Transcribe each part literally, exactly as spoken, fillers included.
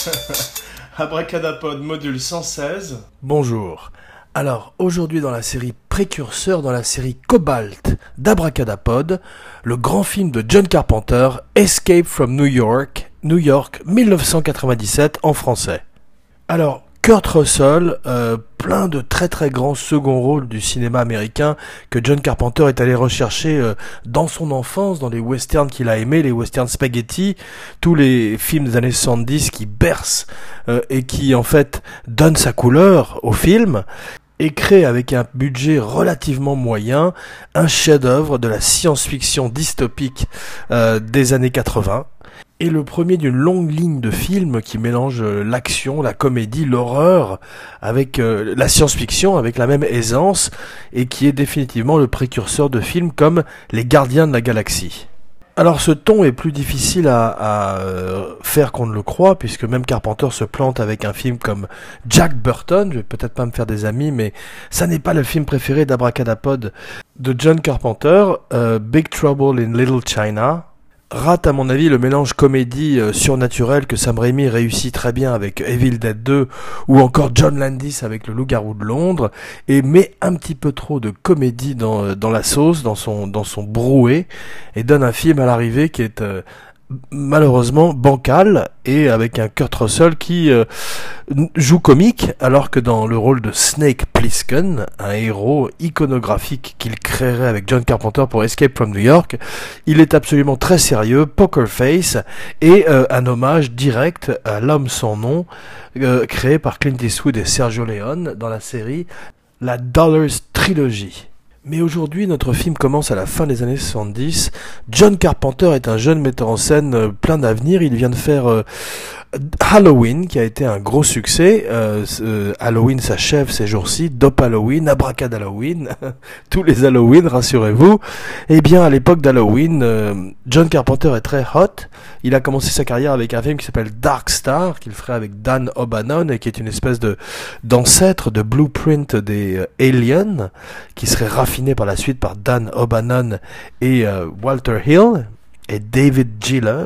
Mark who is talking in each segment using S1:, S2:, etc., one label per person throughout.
S1: Abracadapod module cent seize.
S2: Bonjour. Alors, aujourd'hui dans la série précurseur, dans la série Cobalt d'Abracadapod, le grand film de John Carpenter, Escape from New York, New York dix-neuf cent quatre-vingt-dix-sept en français. Alors, Kurt Russell, euh, plein de très très grands second rôles du cinéma américain que John Carpenter est allé rechercher euh, dans son enfance, dans les westerns qu'il a aimés, les westerns spaghetti, tous les films des années soixante-dix qui bercent euh, et qui en fait donnent sa couleur au film, et crée avec un budget relativement moyen un chef-d'œuvre de la science-fiction dystopique euh, des années quatre-vingts. Et le premier d'une longue ligne de films qui mélange l'action, la comédie, l'horreur avec euh, la science-fiction avec la même aisance, et qui est définitivement le précurseur de films comme Les Gardiens de la Galaxie. Alors ce ton est plus difficile à, à euh, faire qu'on ne le croit, puisque même Carpenter se plante avec un film comme Jack Burton. Je vais peut-être pas me faire des amis, mais ça n'est pas le film préféré d'Abracadapod de John Carpenter. euh, Big Trouble in Little China rate à mon avis le mélange comédie euh, surnaturelle que Sam Raimi réussit très bien avec Evil Dead deux, ou encore John Landis avec Le Loup-garou de Londres, et met un petit peu trop de comédie dans, euh, dans la sauce, dans son, dans son brouet, et donne un film à l'arrivée qui est euh, malheureusement bancal, et avec un Kurt Russell qui euh, joue comique, alors que dans le rôle de Snake Plissken, un héros iconographique qu'il créerait avec John Carpenter pour Escape from New York, il est absolument très sérieux, poker face, et euh, un hommage direct à L'homme sans nom, euh, créé par Clint Eastwood et Sergio Leone dans la série La Dollars Trilogy. Mais aujourd'hui, notre film commence à la fin des années soixante-dix. John Carpenter est un jeune metteur en scène euh, plein d'avenir. Il vient de faire euh, Halloween, qui a été un gros succès. Euh, euh, Halloween s'achève ces jours-ci. Dope Halloween, Abracad Halloween, tous les Halloween, rassurez-vous. Eh bien, à l'époque d'Halloween, euh, John Carpenter est très hot. Il a commencé sa carrière avec un film qui s'appelle Dark Star, qu'il ferait avec Dan O'Bannon, et qui est une espèce de d'ancêtre, de blueprint des euh, Aliens, qui serait raffiné par la suite par Dan O'Bannon et euh, Walter Hill et David Giller,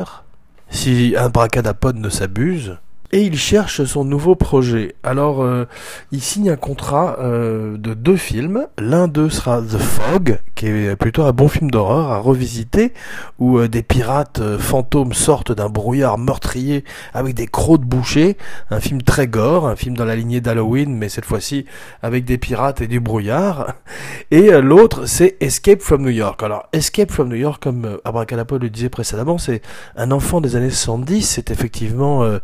S2: si Abracadapod ne s'abuse. Et il cherche son nouveau projet. Alors, euh, il signe un contrat euh, de deux films. L'un d'eux sera The Fog, qui est plutôt un bon film d'horreur à revisiter, où euh, des pirates euh, fantômes sortent d'un brouillard meurtrier avec des crocs de boucher. Un film très gore, un film dans la lignée d'Halloween, mais cette fois-ci avec des pirates et du brouillard. Et euh, l'autre, c'est Escape from New York. Alors, Escape from New York, comme euh, Abracadapod le disait précédemment, c'est un enfant des années soixante-dix. C'est effectivement euh,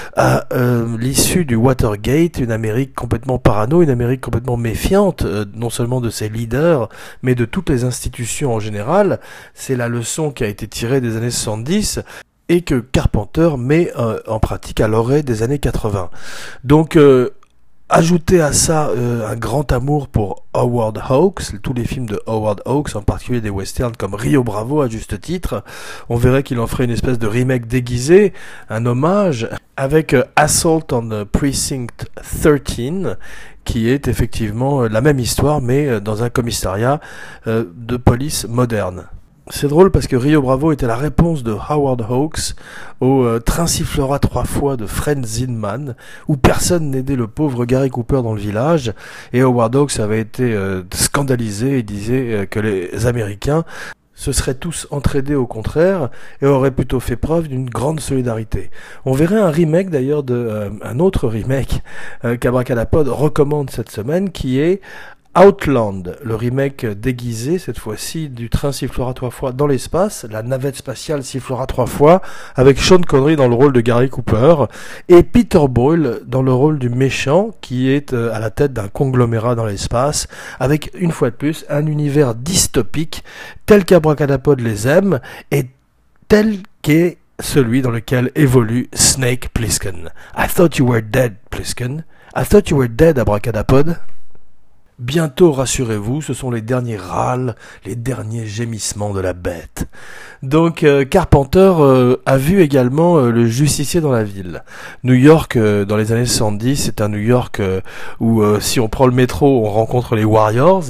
S2: à euh, l'issue du Watergate, une Amérique complètement parano, une Amérique complètement méfiante, euh, non seulement de ses leaders, mais de toutes les institutions en général. C'est la leçon qui a été tirée des années soixante-dix et que Carpenter met euh, en pratique à l'orée des années quatre-vingts. Donc, euh, ajoutez à ça euh, un grand amour pour Howard Hawks, tous les films de Howard Hawks, en particulier des westerns comme Rio Bravo à juste titre. On verrait qu'il en ferait une espèce de remake déguisé, un hommage, avec euh, Assault on Precinct treize, qui est effectivement euh, la même histoire, mais euh, dans un commissariat euh, de police moderne. C'est drôle parce que Rio Bravo était la réponse de Howard Hawks au euh, Train sifflera trois fois de Fred Zinman, où personne n'aidait le pauvre Gary Cooper dans le village, et Howard Hawks avait été euh, scandalisé et disait euh, que les Américains se seraient tous entraidés au contraire et auraient plutôt fait preuve d'une grande solidarité. On verrait un remake d'ailleurs de euh, un autre remake euh, qu'Abracadapod recommande cette semaine, qui est Outland, le remake déguisé cette fois-ci du Train sifflera trois fois dans l'espace, la navette spatiale sifflera trois fois, avec Sean Connery dans le rôle de Gary Cooper et Peter Boyle dans le rôle du méchant, qui est à la tête d'un conglomérat dans l'espace, avec une fois de plus un univers dystopique tel qu'Abracadapod les aime et tel qu'est celui dans lequel évolue Snake Plissken. I thought you were dead, Plissken. I thought you were dead, Abracadapod. Bientôt, rassurez-vous, ce sont les derniers râles, les derniers gémissements de la bête. Donc euh, Carpenter euh, a vu également euh, Le Justicier dans la ville. New York, euh, dans les années soixante-dix, c'est un New York euh, où euh, si on prend le métro, on rencontre les Warriors.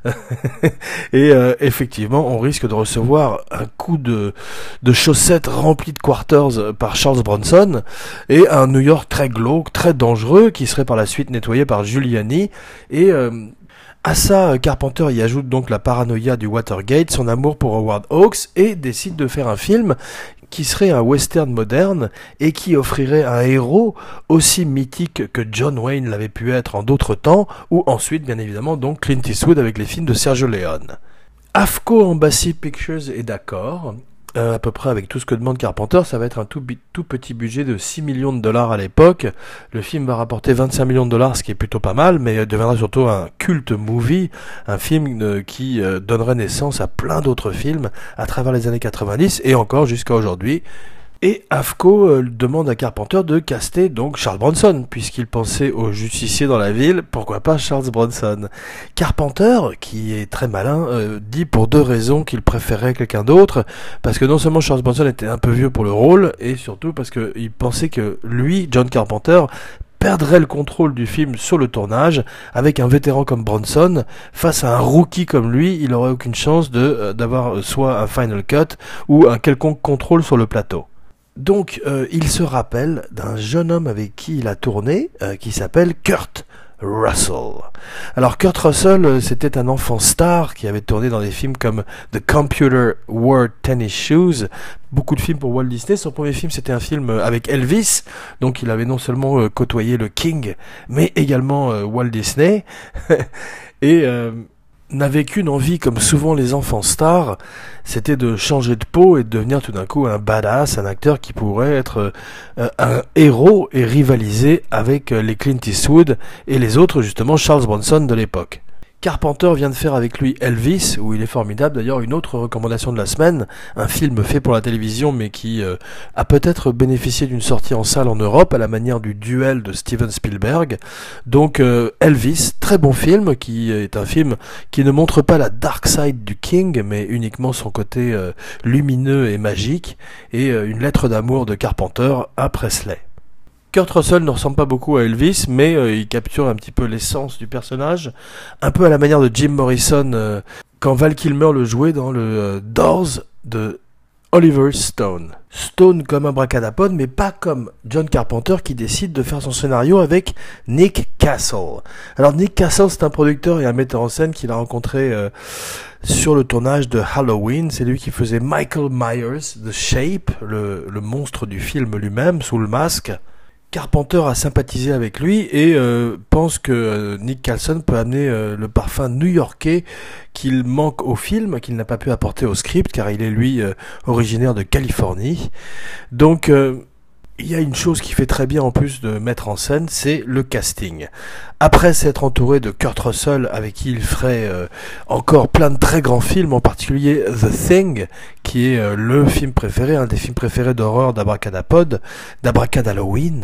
S2: Et euh, effectivement, on risque de recevoir un coup de, de chaussettes rempli de quarters par Charles Bronson et un New York très glauque, très dangereux, qui serait par la suite nettoyé par Giuliani. Et euh, à ça, Carpenter y ajoute donc la paranoïa du Watergate, son amour pour Howard Hawks, et décide de faire un film qui serait un western moderne et qui offrirait un héros aussi mythique que John Wayne l'avait pu être en d'autres temps, ou ensuite bien évidemment donc Clint Eastwood avec les films de Sergio Leone. AFCO Embassy Pictures est d'accord, euh, à peu près avec tout ce que demande Carpenter. Ça va être un tout, tout petit budget de six millions de dollars à l'époque. Le film va rapporter vingt-cinq millions de dollars, ce qui est plutôt pas mal, mais deviendra surtout un culte movie, un film euh, qui euh, donnerait naissance à plein d'autres films à travers les années quatre-vingt-dix et encore jusqu'à aujourd'hui. Et AFCO euh, demande à Carpenter de caster donc Charles Bronson, puisqu'il pensait au justicier dans la ville, pourquoi pas Charles Bronson. Carpenter, qui est très malin, euh, dit pour deux raisons qu'il préférait quelqu'un d'autre, parce que non seulement Charles Bronson était un peu vieux pour le rôle, et surtout parce qu'il pensait que lui, John Carpenter, perdrait le contrôle du film sur le tournage. Avec un vétéran comme Bronson, face à un rookie comme lui, il n'aurait aucune chance de, euh, d'avoir soit un final cut ou un quelconque contrôle sur le plateau. Donc, euh, il se rappelle d'un jeune homme avec qui il a tourné, euh, qui s'appelle Kurt Russell. Alors, Kurt Russell, euh, c'était un enfant star qui avait tourné dans des films comme The Computer Wore Tennis Shoes, beaucoup de films pour Walt Disney. Son premier film, c'était un film avec Elvis, donc il avait non seulement euh, côtoyé le King, mais également euh, Walt Disney. Et... Euh, n'avait qu'une envie, comme souvent les enfants stars, c'était de changer de peau et de devenir tout d'un coup un badass, un acteur qui pourrait être euh, un héros et rivaliser avec euh, les Clint Eastwood et les autres, justement, Charles Bronson de l'époque. Carpenter vient de faire avec lui Elvis, où il est formidable. D'ailleurs, une autre recommandation de la semaine, un film fait pour la télévision, mais qui euh, a peut-être bénéficié d'une sortie en salle en Europe, à la manière du Duel de Steven Spielberg. Donc euh, Elvis, très bon film, qui est un film qui ne montre pas la dark side du King, mais uniquement son côté euh, lumineux et magique, et euh, une lettre d'amour de Carpenter à Presley. Kurt Russell ne ressemble pas beaucoup à Elvis, mais euh, il capture un petit peu l'essence du personnage, un peu à la manière de Jim Morrison euh, quand Val Kilmer le jouait dans le euh, Doors de Oliver Stone. Stone comme Abracadapod, mais pas comme John Carpenter qui décide de faire son scénario avec Nick Castle. Alors Nick Castle, c'est un producteur et un metteur en scène qu'il a rencontré euh, sur le tournage de Halloween. C'est lui qui faisait Michael Myers, The Shape, le, le monstre du film lui-même, sous le masque. Carpenter a sympathisé avec lui et euh, pense que euh, Nick Castle peut amener euh, le parfum new-yorkais qu'il manque au film, qu'il n'a pas pu apporter au script, car il est lui euh, originaire de Californie. Donc euh, il y a une chose qui fait très bien en plus de mettre en scène, c'est le casting. Après s'être entouré de Kurt Russell, avec qui il ferait euh, encore plein de très grands films, en particulier The Thing, qui est euh, le film préféré, un des films préférés d'horreur d'Abracadapod, d'Abracadalloween.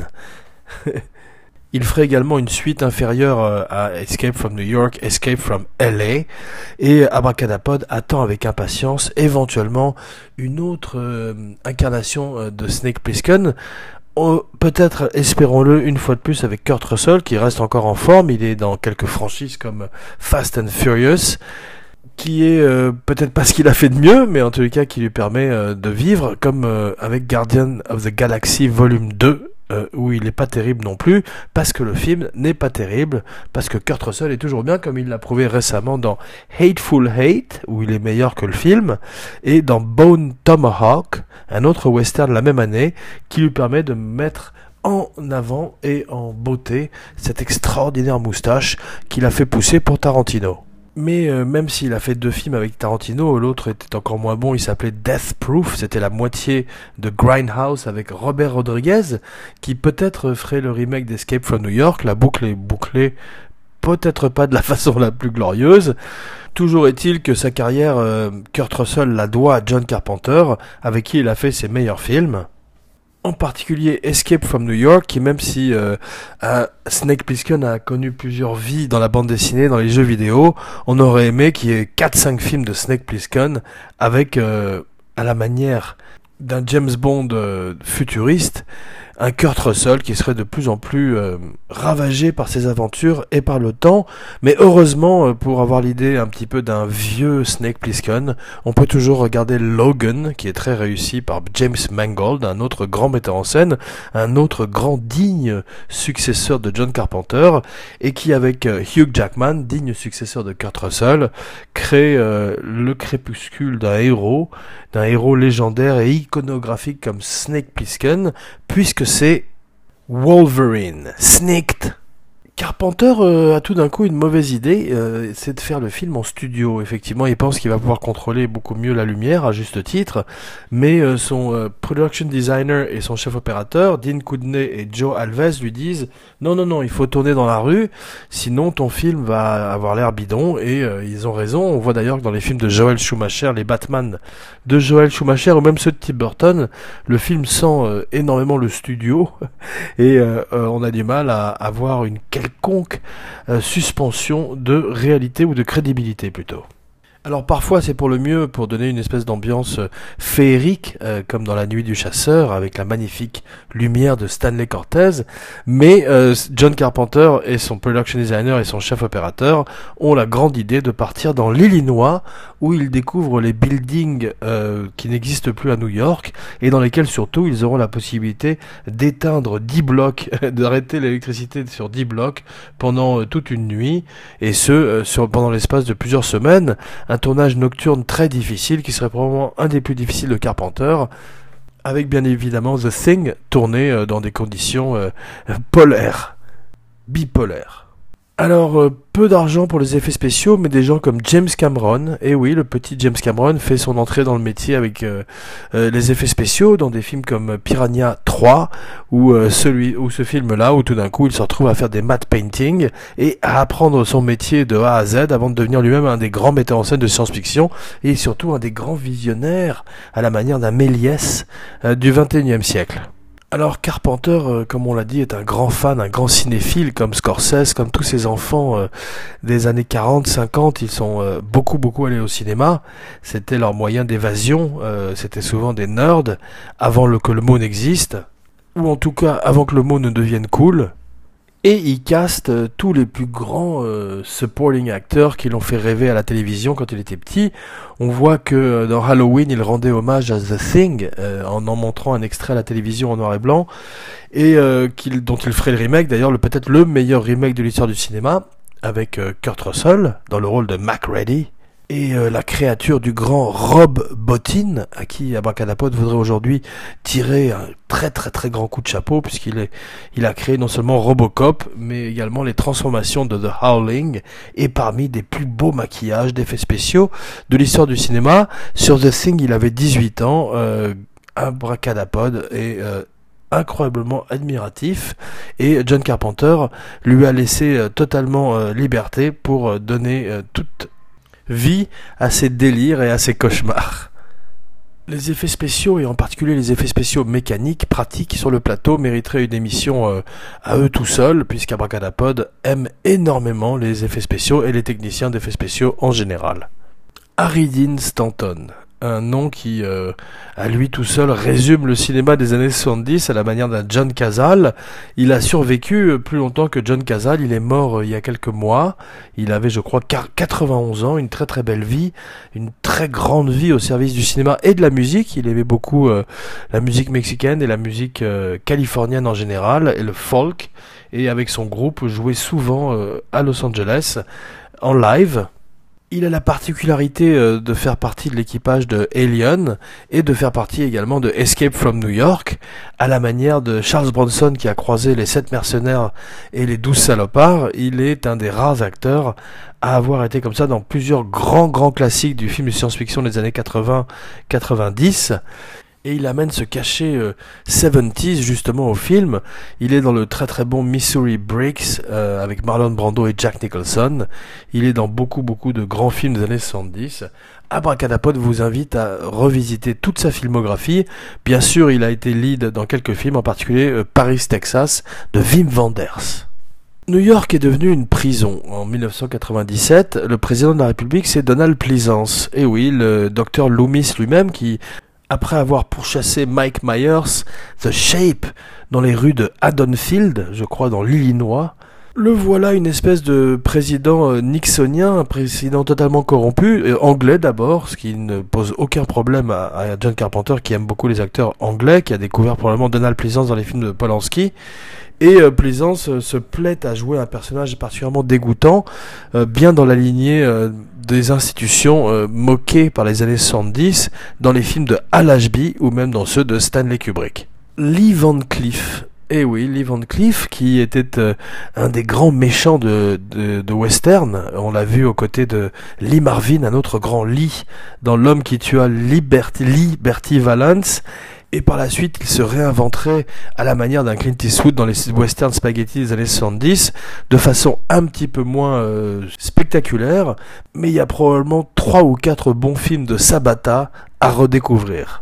S2: Il ferait également une suite inférieure euh, à Escape from New York, Escape from L A, et Abracadapod attend avec impatience éventuellement une autre euh, incarnation euh, de Snake Plissken. Oh, peut-être, espérons-le, une fois de plus avec Kurt Russell, qui reste encore en forme. Il est dans quelques franchises comme Fast and Furious, qui est euh, peut-être pas ce qu'il a fait de mieux, mais en tous les cas qui lui permet euh, de vivre, comme euh, avec Guardian of the Galaxy Volume deux, euh, où il n'est pas terrible non plus, parce que le film n'est pas terrible, parce que Kurt Russell est toujours bien, comme il l'a prouvé récemment dans Hateful Hate, où il est meilleur que le film, et dans Bone Tomahawk, un autre western la même année, qui lui permet de mettre en avant et en beauté cette extraordinaire moustache qu'il a fait pousser pour Tarantino. Mais euh, même s'il a fait deux films avec Tarantino, l'autre était encore moins bon, il s'appelait Death Proof, c'était la moitié de Grindhouse avec Robert Rodriguez, qui peut-être ferait le remake d'Escape from New York. La boucle est bouclée, peut-être pas de la façon la plus glorieuse. Toujours est-il que sa carrière, euh, Kurt Russell la doit à John Carpenter, avec qui il a fait ses meilleurs films. En particulier Escape from New York, qui même si euh, euh, Snake Plissken a connu plusieurs vies dans la bande dessinée, dans les jeux vidéo, on aurait aimé qu'il y ait quatre cinq films de Snake Plissken avec, euh, à la manière d'un James Bond euh, futuriste, un Kurt Russell qui serait de plus en plus euh, ravagé par ses aventures et par le temps, mais heureusement, euh, pour avoir l'idée un petit peu d'un vieux Snake Plissken, on peut toujours regarder Logan, qui est très réussi par James Mangold, un autre grand metteur en scène, un autre grand digne successeur de John Carpenter, et qui avec euh, Hugh Jackman, digne successeur de Kurt Russell, crée euh, le crépuscule d'un héros, d'un héros légendaire et iconographique comme Snake Plissken, puisque c'est Wolverine. Snicked. Carpenter euh, a tout d'un coup une mauvaise idée, euh, c'est de faire le film en studio. Effectivement, il pense qu'il va pouvoir contrôler beaucoup mieux la lumière, à juste titre, mais euh, son euh, production designer et son chef opérateur, Dean Coudney et Joe Alves, lui disent « Non, non, non, il faut tourner dans la rue, sinon ton film va avoir l'air bidon. » Et euh, ils ont raison. On voit d'ailleurs que dans les films de Joel Schumacher, les Batman de Joel Schumacher, ou même ceux de Tim Burton, le film sent euh, énormément le studio, et euh, euh, on a du mal à avoir une quelconque euh, suspension de réalité ou de crédibilité plutôt. Alors parfois c'est pour le mieux, pour donner une espèce d'ambiance euh, féerique, euh, comme dans La Nuit du Chasseur, avec la magnifique lumière de Stanley Cortez, mais euh, John Carpenter et son production designer et son chef opérateur ont la grande idée de partir dans l'Illinois, où ils découvrent les buildings euh, qui n'existent plus à New York, et dans lesquels surtout ils auront la possibilité d'éteindre dix blocs, d'arrêter l'électricité sur dix blocs pendant euh, toute une nuit, et ce, euh, sur, pendant l'espace de plusieurs semaines. Un tournage nocturne très difficile, qui serait probablement un des plus difficiles de Carpenter, avec bien évidemment The Thing, tourné euh, dans des conditions euh, polaires, bipolaires. Alors, euh, peu d'argent pour les effets spéciaux, mais des gens comme James Cameron, et oui, le petit James Cameron fait son entrée dans le métier avec euh, euh, les effets spéciaux dans des films comme Piranha trois, ou euh, celui ou ce film-là, où tout d'un coup il se retrouve à faire des matte painting et à apprendre son métier de A à Z avant de devenir lui-même un des grands metteurs en scène de science-fiction, et surtout un des grands visionnaires à la manière d'un Méliès euh, du vingt et unième siècle. Alors Carpenter, euh, comme on l'a dit, est un grand fan, un grand cinéphile, comme Scorsese, comme tous ces enfants euh, des années quarante, cinquante, ils sont euh, beaucoup beaucoup allés au cinéma. C'était leur moyen d'évasion, euh, c'était souvent des nerds, avant le, que le mot n'existe, ou en tout cas avant que le mot ne devienne cool. Et il caste euh, tous les plus grands euh, supporting acteurs qui l'ont fait rêver à la télévision quand il était petit. On voit que euh, dans Halloween, il rendait hommage à The Thing euh, en en montrant un extrait à la télévision en noir et blanc, et euh, qu'il, dont il ferait le remake, d'ailleurs le, peut-être le meilleur remake de l'histoire du cinéma, avec euh, Kurt Russell dans le rôle de Macready. Et euh, la créature du grand Rob Bottin, à qui Abracadapod voudrait aujourd'hui tirer un très très très grand coup de chapeau, puisqu'il est, il a créé non seulement Robocop, mais également les transformations de The Howling, et parmi des plus beaux maquillages d'effets spéciaux de l'histoire du cinéma. Sur The Thing, il avait dix-huit ans, euh, Abracadapod est euh, incroyablement admiratif, et John Carpenter lui a laissé euh, totalement euh, liberté pour euh, donner euh, toute vie à ses délires et à ses cauchemars. Les effets spéciaux, et en particulier les effets spéciaux mécaniques, pratiques sur le plateau, mériteraient une émission euh, à eux tout seuls, puisqu'Abracadapod aime énormément les effets spéciaux et les techniciens d'effets spéciaux en général. Harry Dean Stanton, un nom qui, euh, à lui tout seul, résume le cinéma des années soixante-dix à la manière d'un John Cazale. Il a survécu plus longtemps que John Cazale, il est mort euh, il y a quelques mois. Il avait, je crois, quatre-vingt-onze ans, une très très belle vie, une très grande vie au service du cinéma et de la musique. Il aimait beaucoup euh, la musique mexicaine et la musique euh, californienne en général, et le folk, et avec son groupe jouait souvent euh, à Los Angeles en live. Il a la particularité euh, de faire partie de l'équipage de Alien et de faire partie également de Escape from New York, à la manière de Charles Bronson qui a croisé les sept mercenaires et les douze salopards. Il est un des rares acteurs à avoir été comme ça dans plusieurs grands grands classiques du film de science-fiction des années quatre-vingts quatre-vingt-dix. Et il amène ce cachet euh, soixante-dix justement au film. Il est dans le très très bon Missouri Breaks euh, avec Marlon Brando et Jack Nicholson. Il est dans beaucoup beaucoup de grands films des années soixante-dix. Abracadapod vous invite à revisiter toute sa filmographie. Bien sûr, il a été lead dans quelques films, en particulier euh, Paris, Texas de Wim Wenders. New York est devenu une prison. En dix-neuf cent quatre-vingt-dix-sept, le président de la République, c'est Donald Pleasance. Et oui, le docteur Loomis lui-même qui... Après avoir pourchassé Mike Myers, The Shape, dans les rues de Haddonfield, je crois dans l'Illinois, le voilà une espèce de président euh, nixonien, un président totalement corrompu, euh, anglais d'abord, ce qui ne pose aucun problème à, à John Carpenter, qui aime beaucoup les acteurs anglais, qui a découvert probablement Donald Pleasance dans les films de Polanski. Et euh, Pleasance euh, se plaît à jouer un personnage particulièrement dégoûtant, euh, bien dans la lignée euh, des institutions euh, moquées par les années soixante-dix, dans les films de Hal Ashby ou même dans ceux de Stanley Kubrick. Lee Van Cleef. Eh oui, Lee Van Cleef, qui était euh, un des grands méchants de, de, de western. On l'a vu aux côtés de Lee Marvin, un autre grand Lee, dans L'homme qui tua Liberty, Lee Bertie Valance. Et par la suite, il se réinventerait à la manière d'un Clint Eastwood dans les western spaghetti des années soixante-dix, de façon un petit peu moins euh, spectaculaire, mais il y a probablement trois ou quatre bons films de Sabata à redécouvrir.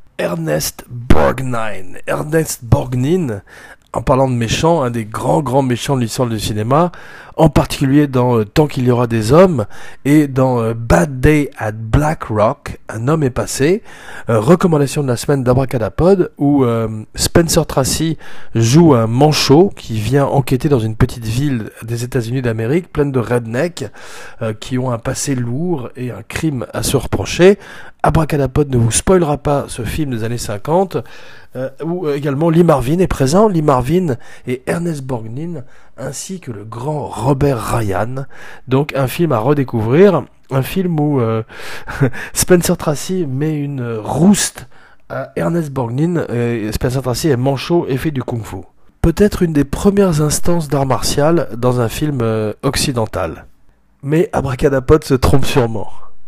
S2: Ernest Borgnine. Ernest Borgnine, en parlant de méchants, un des grands grands méchants de l'histoire du cinéma, en particulier dans euh, Tant qu'il y aura des hommes et dans euh, Bad Day at Black Rock, Un homme est passé, euh, recommandation de la semaine d'Abracadapod, où euh, Spencer Tracy joue un manchot qui vient enquêter dans une petite ville des États-Unis d'Amérique pleine de rednecks euh, qui ont un passé lourd et un crime à se reprocher. Abracadapod ne vous spoilera pas ce film des années cinquante, euh, où euh, également Lee Marvin est présent, Lee Marvin et Ernest Borgnine, ainsi que le grand Robert Ryan. Donc un film à redécouvrir, un film où euh, Spencer Tracy met une rouste à Ernest Borgnine, et Spencer Tracy est manchot et fait du kung-fu. Peut-être une des premières instances d'art martial dans un film euh, occidental. Mais Abracadapod se trompe sûrement.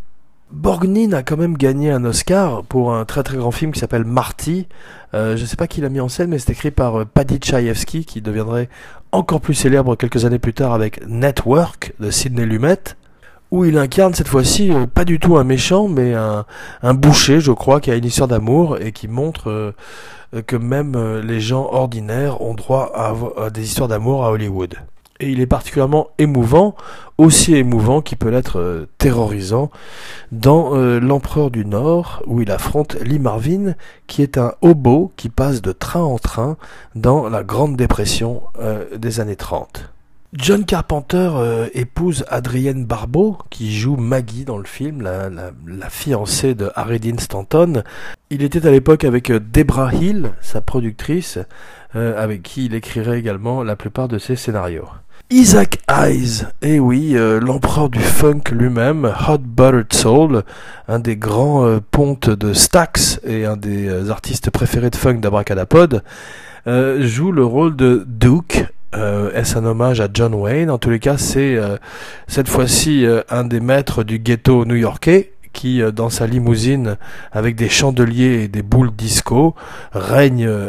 S2: Borgnine a quand même gagné un Oscar pour un très très grand film qui s'appelle Marty. Euh, je ne sais pas qui l'a mis en scène, mais c'est écrit par euh, Paddy Chayefsky, qui deviendrait encore plus célèbre quelques années plus tard avec Network de Sidney Lumet, où il incarne cette fois-ci euh, pas du tout un méchant, mais un, un boucher, je crois, qui a une histoire d'amour et qui montre euh, que même euh, les gens ordinaires ont droit à, à des histoires d'amour à Hollywood. Et il est particulièrement émouvant, aussi émouvant qu'il peut l'être euh, terrorisant, dans euh, L'Empereur du Nord, où il affronte Lee Marvin, qui est un hobo qui passe de train en train dans la Grande Dépression euh, des années trente. John Carpenter euh, épouse Adrienne Barbeau, qui joue Maggie dans le film, la, la, la fiancée de Harry Dean Stanton. Il était à l'époque avec euh, Debra Hill, sa productrice, euh, avec qui il écrirait également la plupart de ses scénarios. Isaac Hayes, eh oui, euh, l'empereur du funk lui-même, Hot Buttered Soul, un des grands euh, pontes de Stax et un des euh, artistes préférés de funk d'Abracadapod, euh, joue le rôle de Duke. Euh, est-ce un hommage à John Wayne? En tous les cas, c'est euh, cette fois-ci euh, un des maîtres du ghetto new-yorkais qui, euh, dans sa limousine, avec des chandeliers et des boules disco, règne euh,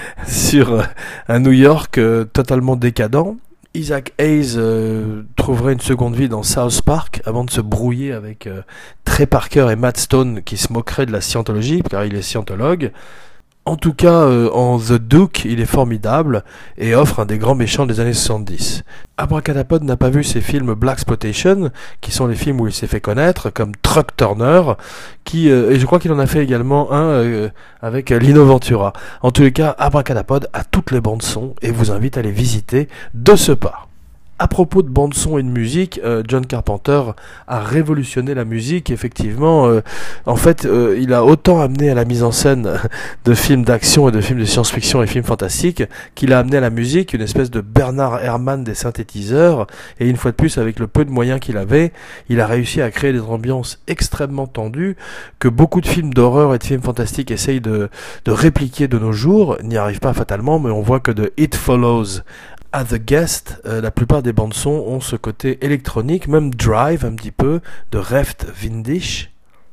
S2: sur euh, un New York euh, totalement décadent. Isaac Hayes euh, trouverait une seconde vie dans South Park avant de se brouiller avec euh, Trey Parker et Matt Stone qui se moqueraient de la scientologie car il est scientologue. En tout cas, euh, en The Duke, il est formidable et offre un des grands méchants des années soixante-dix. Abracadapod n'a pas vu ses films Blaxploitation, qui sont les films où il s'est fait connaître, comme Truck Turner, qui, euh, et je crois qu'il en a fait également un euh, avec Lino Ventura. En tous les cas, Abracadapod a toutes les bandes son et vous invite à les visiter de ce pas. À propos de bande son et de musique, euh, John Carpenter a révolutionné la musique, effectivement. Euh, en fait, euh, il a autant amené à la mise en scène de films d'action et de films de science-fiction et films fantastiques qu'il a amené à la musique une espèce de Bernard Herrmann des synthétiseurs. Et une fois de plus, avec le peu de moyens qu'il avait, il a réussi à créer des ambiances extrêmement tendues que beaucoup de films d'horreur et de films fantastiques essayent de, de répliquer de nos jours. N'y arrivent pas fatalement, mais on voit que de It Follows à The Guest, euh, la plupart des bandes son ont ce côté électronique, même Drive un petit peu, de Reft Windisch.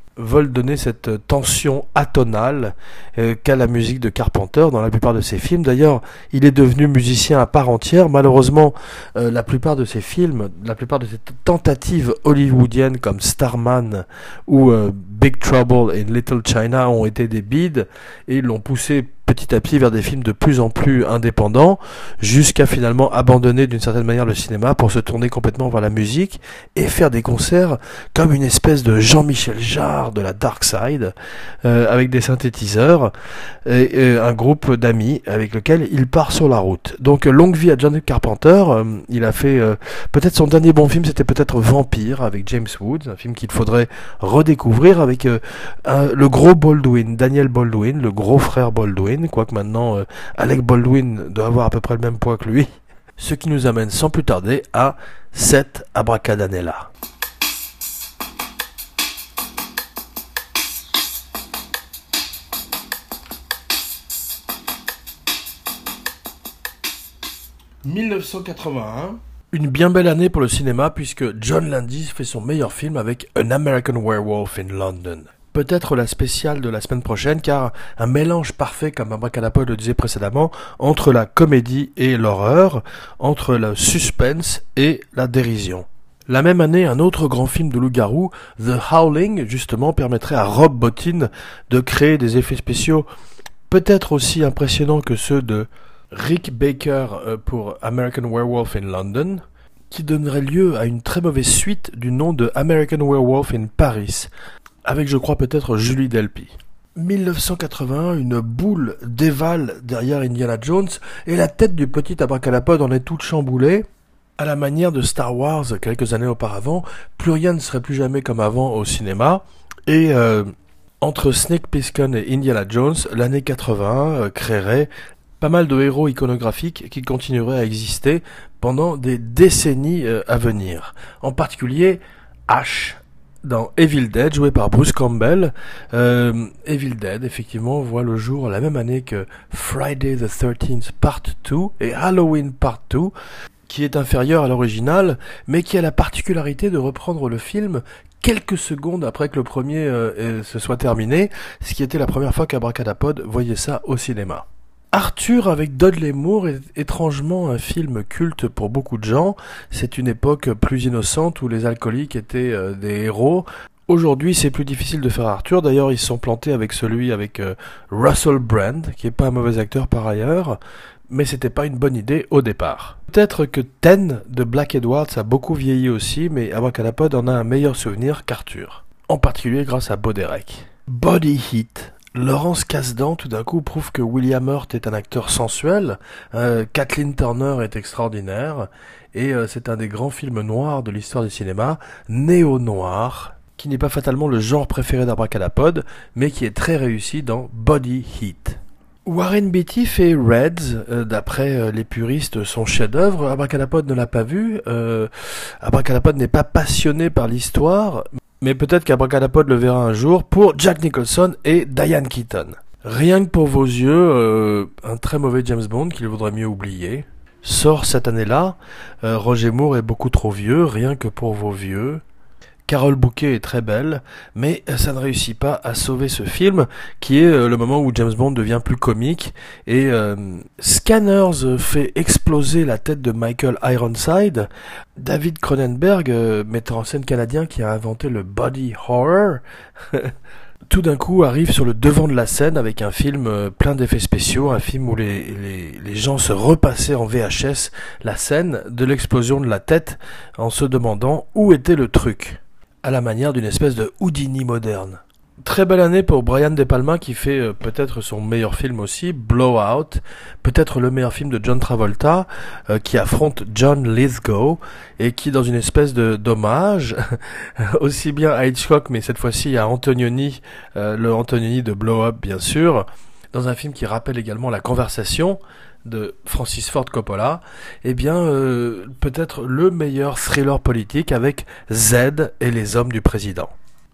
S2: veulent donner cette tension atonale euh, qu'a la musique de Carpenter dans la plupart de ses films. D'ailleurs, il est devenu musicien à part entière. Malheureusement, euh, la plupart de ses films, la plupart de ses t- tentatives hollywoodiennes comme Starman ou euh, Big Trouble in Little China ont été des bides et l'ont poussé petit à petit vers des films de plus en plus indépendants, jusqu'à finalement abandonner d'une certaine manière le cinéma pour se tourner complètement vers la musique et faire des concerts comme une espèce de Jean-Michel Jarre de la Dark Side, euh, avec des synthétiseurs et, et un groupe d'amis avec lequel il part sur la route. Donc longue vie à John Carpenter. Euh, il a fait euh, peut-être son dernier bon film, c'était peut-être Vampire avec James Woods, un film qu'il faudrait redécouvrir avec euh, un, le gros Baldwin, Daniel Baldwin, le gros frère Baldwin, quoique maintenant euh, Alec Baldwin doit avoir à peu près le même poids que lui. Ce qui nous amène sans plus tarder à Set Abracadabra.
S1: dix-neuf cent quatre-vingt-un.
S2: Une bien belle année pour le cinéma puisque John Landis fait son meilleur film avec An American Werewolf in London. Peut-être la spéciale de la semaine prochaine, car un mélange parfait, comme Abracadapod le disait précédemment, entre la comédie et l'horreur, entre le suspense et la dérision. La même année, un autre grand film de loup-garou, The Howling, justement, permettrait à Rob Bottin de créer des effets spéciaux peut-être aussi impressionnants que ceux de Rick Baker pour American Werewolf in London, qui donnerait lieu à une très mauvaise suite du nom de American Werewolf in Paris, avec je crois peut-être Julie Delpy. dix-neuf cent quatre-vingt-un, une boule dévale derrière Indiana Jones et la tête du petit Abracadapod en est toute chamboulée. À la manière de Star Wars quelques années auparavant, plus rien ne serait plus jamais comme avant au cinéma. Et euh, entre Snake Plissken et Indiana Jones, l'année quatre-vingt euh, créerait pas mal de héros iconographiques qui continueraient à exister pendant des décennies euh, à venir. En particulier Ash dans Evil Dead, joué par Bruce Campbell. Euh, Evil Dead, effectivement, voit le jour la même année que Friday the thirteenth Part deux et Halloween Part deux, qui est inférieur à l'original, mais qui a la particularité de reprendre le film quelques secondes après que le premier euh, se soit terminé, ce qui était la première fois qu'Abracadapod voyait ça au cinéma. Arthur avec Dudley Moore est étrangement un film culte pour beaucoup de gens. C'est une époque plus innocente où les alcooliques étaient euh, des héros. Aujourd'hui, c'est plus difficile de faire Arthur. D'ailleurs, ils se sont plantés avec celui avec euh, Russell Brand, qui est pas un mauvais acteur par ailleurs, mais c'était pas une bonne idée au départ. Peut-être que Ten de Black Edwards a beaucoup vieilli aussi, mais Abracadapod en a un meilleur souvenir qu'Arthur. En particulier grâce à Bo Derek. Body Heat. Laurence Kasdan, tout d'un coup, prouve que William Hurt est un acteur sensuel, euh, Kathleen Turner est extraordinaire, et euh, c'est un des grands films noirs de l'histoire du cinéma, néo-noir, qui n'est pas fatalement le genre préféré d'Abracadapod, mais qui est très réussi dans Body Heat. Warren Beatty fait Reds, euh, d'après euh, les puristes, son chef-d'œuvre. Abracadapod ne l'a pas vu, euh, Abracadapod n'est pas passionné par l'histoire, mais peut-être qu'Abracadapod le verra un jour pour Jack Nicholson et Diane Keaton. Rien que pour vos yeux, euh, un très mauvais James Bond qu'il vaudrait mieux oublier, sort cette année-là. Euh, Roger Moore est beaucoup trop vieux, rien que pour vos vieux. Carole Bouquet est très belle, mais ça ne réussit pas à sauver ce film, qui est euh, le moment où James Bond devient plus comique, et euh, Scanners fait exploser la tête de Michael Ironside. David Cronenberg, euh, metteur en scène canadien qui a inventé le body horror, tout d'un coup arrive sur le devant de la scène avec un film euh, plein d'effets spéciaux, un film où les, les, les gens se repassaient en V H S la scène de l'explosion de la tête en se demandant où était le truc, à la manière d'une espèce de Houdini moderne. Très belle année pour Brian De Palma qui fait euh, peut-être son meilleur film aussi, Blowout, peut-être le meilleur film de John Travolta, euh, qui affronte John Lithgow et qui, dans une espèce de d'hommage, aussi bien à Hitchcock, mais cette fois-ci à Antonioni, euh, le Antonioni de Blow Up bien sûr, dans un film qui rappelle également La Conversation de Francis Ford Coppola, eh bien euh, peut-être le meilleur thriller politique avec Z et les hommes du président.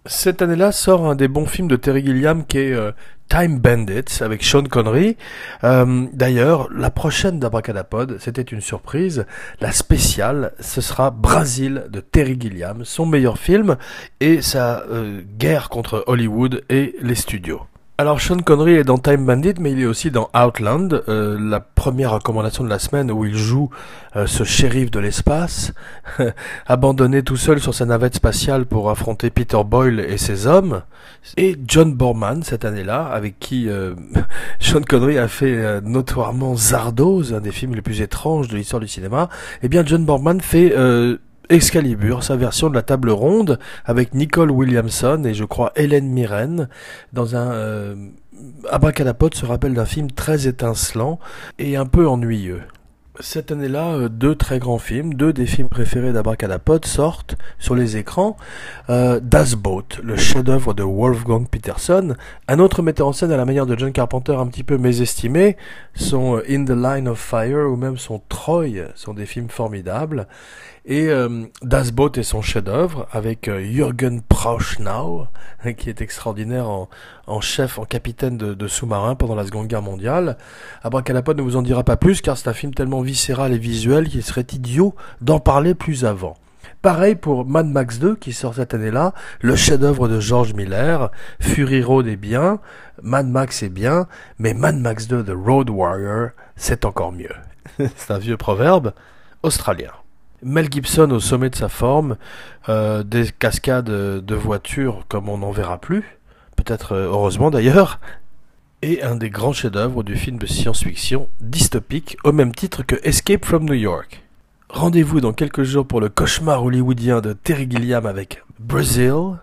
S2: Cette année-là sort un des bons films de Terry Gilliam qui est euh, Time Bandits avec Sean Connery. Euh, d'ailleurs, la prochaine d'Abracadapod, c'était une surprise. La spéciale, ce sera Brazil de Terry Gilliam, son meilleur film et sa euh, guerre contre Hollywood et les studios. Alors Sean Connery est dans Time Bandit, mais il est aussi dans Outland, euh, la première recommandation de la semaine où il joue euh, ce shérif de l'espace, abandonné tout seul sur sa navette spatiale pour affronter Peter Boyle et ses hommes, et John Borman cette année-là, avec qui euh, Sean Connery a fait euh, notoirement Zardoz, un des films les plus étranges de l'histoire du cinéma. Eh bien John Borman fait... Euh, Excalibur, sa version de la table ronde avec Nicole Williamson et je crois Hélène Mirren dans un euh, Abracadapod se rappelle d'un film très étincelant et un peu ennuyeux. Cette année-là, deux très grands films, deux des films préférés d'Abracadapod sortent sur les écrans. Euh, Das Boot, le chef-d'œuvre de Wolfgang Peterson. Un autre metteur en scène à la manière de John Carpenter un petit peu mésestimé, son In the Line of Fire ou même son Troy sont des films formidables. Et euh, Das Boot est son chef-d'œuvre avec euh, Jürgen Prochnow, qui est extraordinaire en, en chef, en capitaine de, de sous-marin pendant la Seconde Guerre mondiale. Abracadapod ne vous en dira pas plus car c'est un film tellement viscéral et visuel qu'il serait idiot d'en parler plus avant. Pareil pour Mad Max deux qui sort cette année-là, le chef-d'œuvre de George Miller. Fury Road est bien, Mad Max est bien, mais Mad Max deux The Road Warrior, c'est encore mieux. C'est un vieux proverbe australien. Mel Gibson au sommet de sa forme, euh, des cascades de voitures comme on n'en verra plus, peut-être euh, heureusement d'ailleurs, et un des grands chefs-d'œuvre du film de science-fiction dystopique au même titre que Escape from New York. Rendez-vous dans quelques jours pour le cauchemar hollywoodien de Terry Gilliam avec Brazil.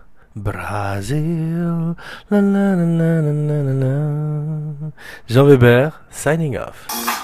S2: Brazil. La la la la la la la. Jean Weber, signing off.